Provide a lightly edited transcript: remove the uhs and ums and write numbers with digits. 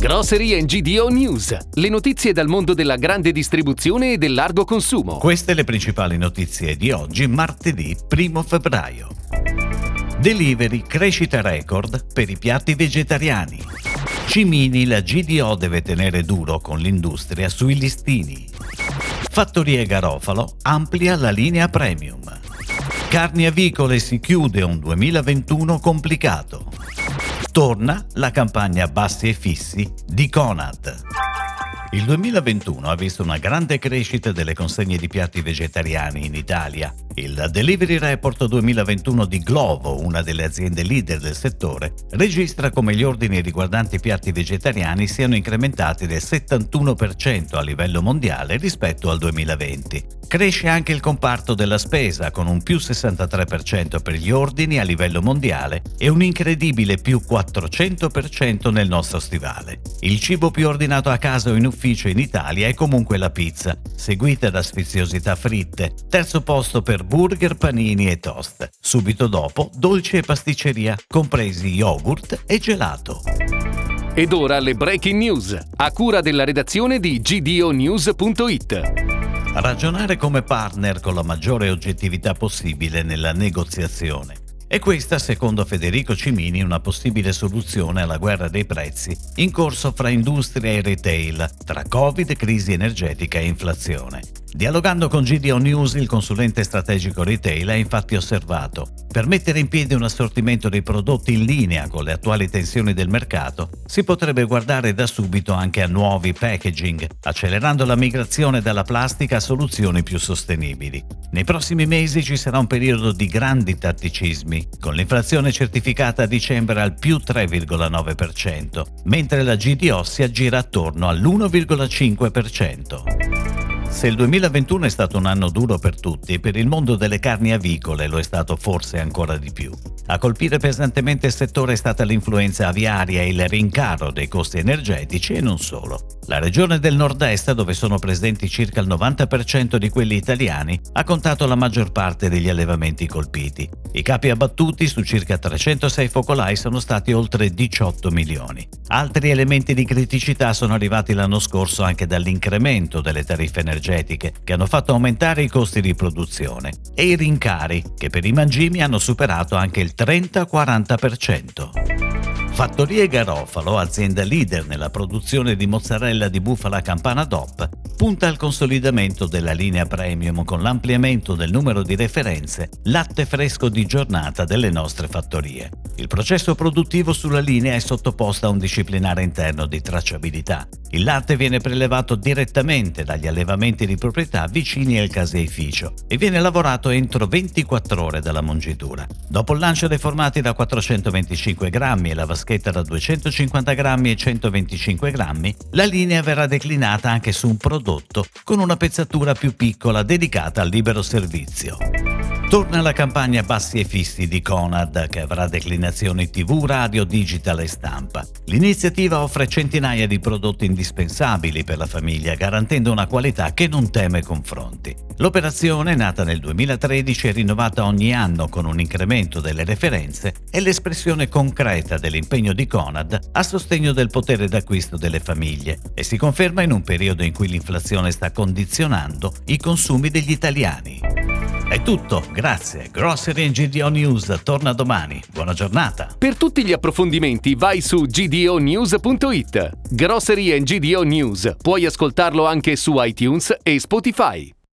Grocery and GDO News, le notizie dal mondo della grande distribuzione e del largo consumo. Queste le principali notizie di oggi, martedì 1 febbraio. Delivery, crescita record per i piatti vegetariani. Cimini, la GDO deve tenere duro con l'industria sui listini. Fattorie Garofalo amplia la linea premium. Carni avicole, si chiude un 2021 complicato. Torna la campagna bassi e fissi di Conad. Il 2021 ha visto una grande crescita delle consegne di piatti vegetariani in Italia. Il Delivery Report 2021 di Glovo, una delle aziende leader del settore, registra come gli ordini riguardanti piatti vegetariani siano incrementati del 71% a livello mondiale rispetto al 2020. Cresce anche il comparto della spesa, con un più 63% per gli ordini a livello mondiale e un incredibile più 400% nel nostro stivale. Il cibo più ordinato a casa o in ufficio in Italia è comunque la pizza, seguita da sfiziosità fritte, terzo posto per burger, panini e toast. Subito dopo dolci e pasticceria, compresi yogurt e gelato. Ed ora le breaking news, a cura della redazione di gdonews.it. Ragionare come partner con la maggiore oggettività possibile nella negoziazione. E questa, secondo Federico Cimini, una possibile soluzione alla guerra dei prezzi in corso fra industria e retail, tra Covid, crisi energetica e inflazione. Dialogando con GDO News, il consulente strategico retail ha infatti osservato: per mettere in piedi un assortimento dei prodotti in linea con le attuali tensioni del mercato, si potrebbe guardare da subito anche a nuovi packaging, accelerando la migrazione dalla plastica a soluzioni più sostenibili. Nei prossimi mesi ci sarà un periodo di grandi tatticismi, con l'inflazione certificata a dicembre al più 3,9%, mentre la GDO si aggira attorno all'1,5%. Se il 2021 è stato un anno duro per tutti, per il mondo delle carni avicole lo è stato forse ancora di più. A colpire pesantemente il settore è stata l'influenza aviaria e il rincaro dei costi energetici e non solo. La regione del nord-est, dove sono presenti circa il 90% di quelli italiani, ha contato la maggior parte degli allevamenti colpiti. I capi abbattuti su circa 306 focolai sono stati oltre 18 milioni. Altri elementi di criticità sono arrivati l'anno scorso anche dall'incremento delle tariffe energetiche, che hanno fatto aumentare i costi di produzione, e i rincari, che per i mangimi hanno superato anche il 30-40%. Fattorie Garofalo, azienda leader nella produzione di mozzarella di bufala campana DOP, punta al consolidamento della linea premium con l'ampliamento del numero di referenze latte fresco di giornata delle nostre fattorie. Il processo produttivo sulla linea è sottoposto a un disciplinare interno di tracciabilità. Il latte viene prelevato direttamente dagli allevamenti di proprietà vicini al caseificio e viene lavorato entro 24 ore dalla mungitura. Dopo il lancio dei formati da 425 grammi e la vaschetta da 250 grammi e 125 grammi, la linea verrà declinata anche su un prodotto con una pezzatura più piccola dedicata al libero servizio. Torna la campagna bassi e fissi di Conad, che avrà declinazioni TV, radio, digital e stampa. L'iniziativa offre centinaia di prodotti indispensabili per la famiglia, garantendo una qualità che non teme confronti. L'operazione, nata nel 2013 e rinnovata ogni anno con un incremento delle referenze, è l'espressione concreta dell'impegno di Conad a sostegno del potere d'acquisto delle famiglie e si conferma in un periodo in cui l'inflazione sta condizionando i consumi degli italiani. È tutto, grazie. Grocery and GDO News torna domani. Buona giornata. Per tutti gli approfondimenti vai su gdonews.it. Grocery and GDO News. Puoi ascoltarlo anche su iTunes e Spotify.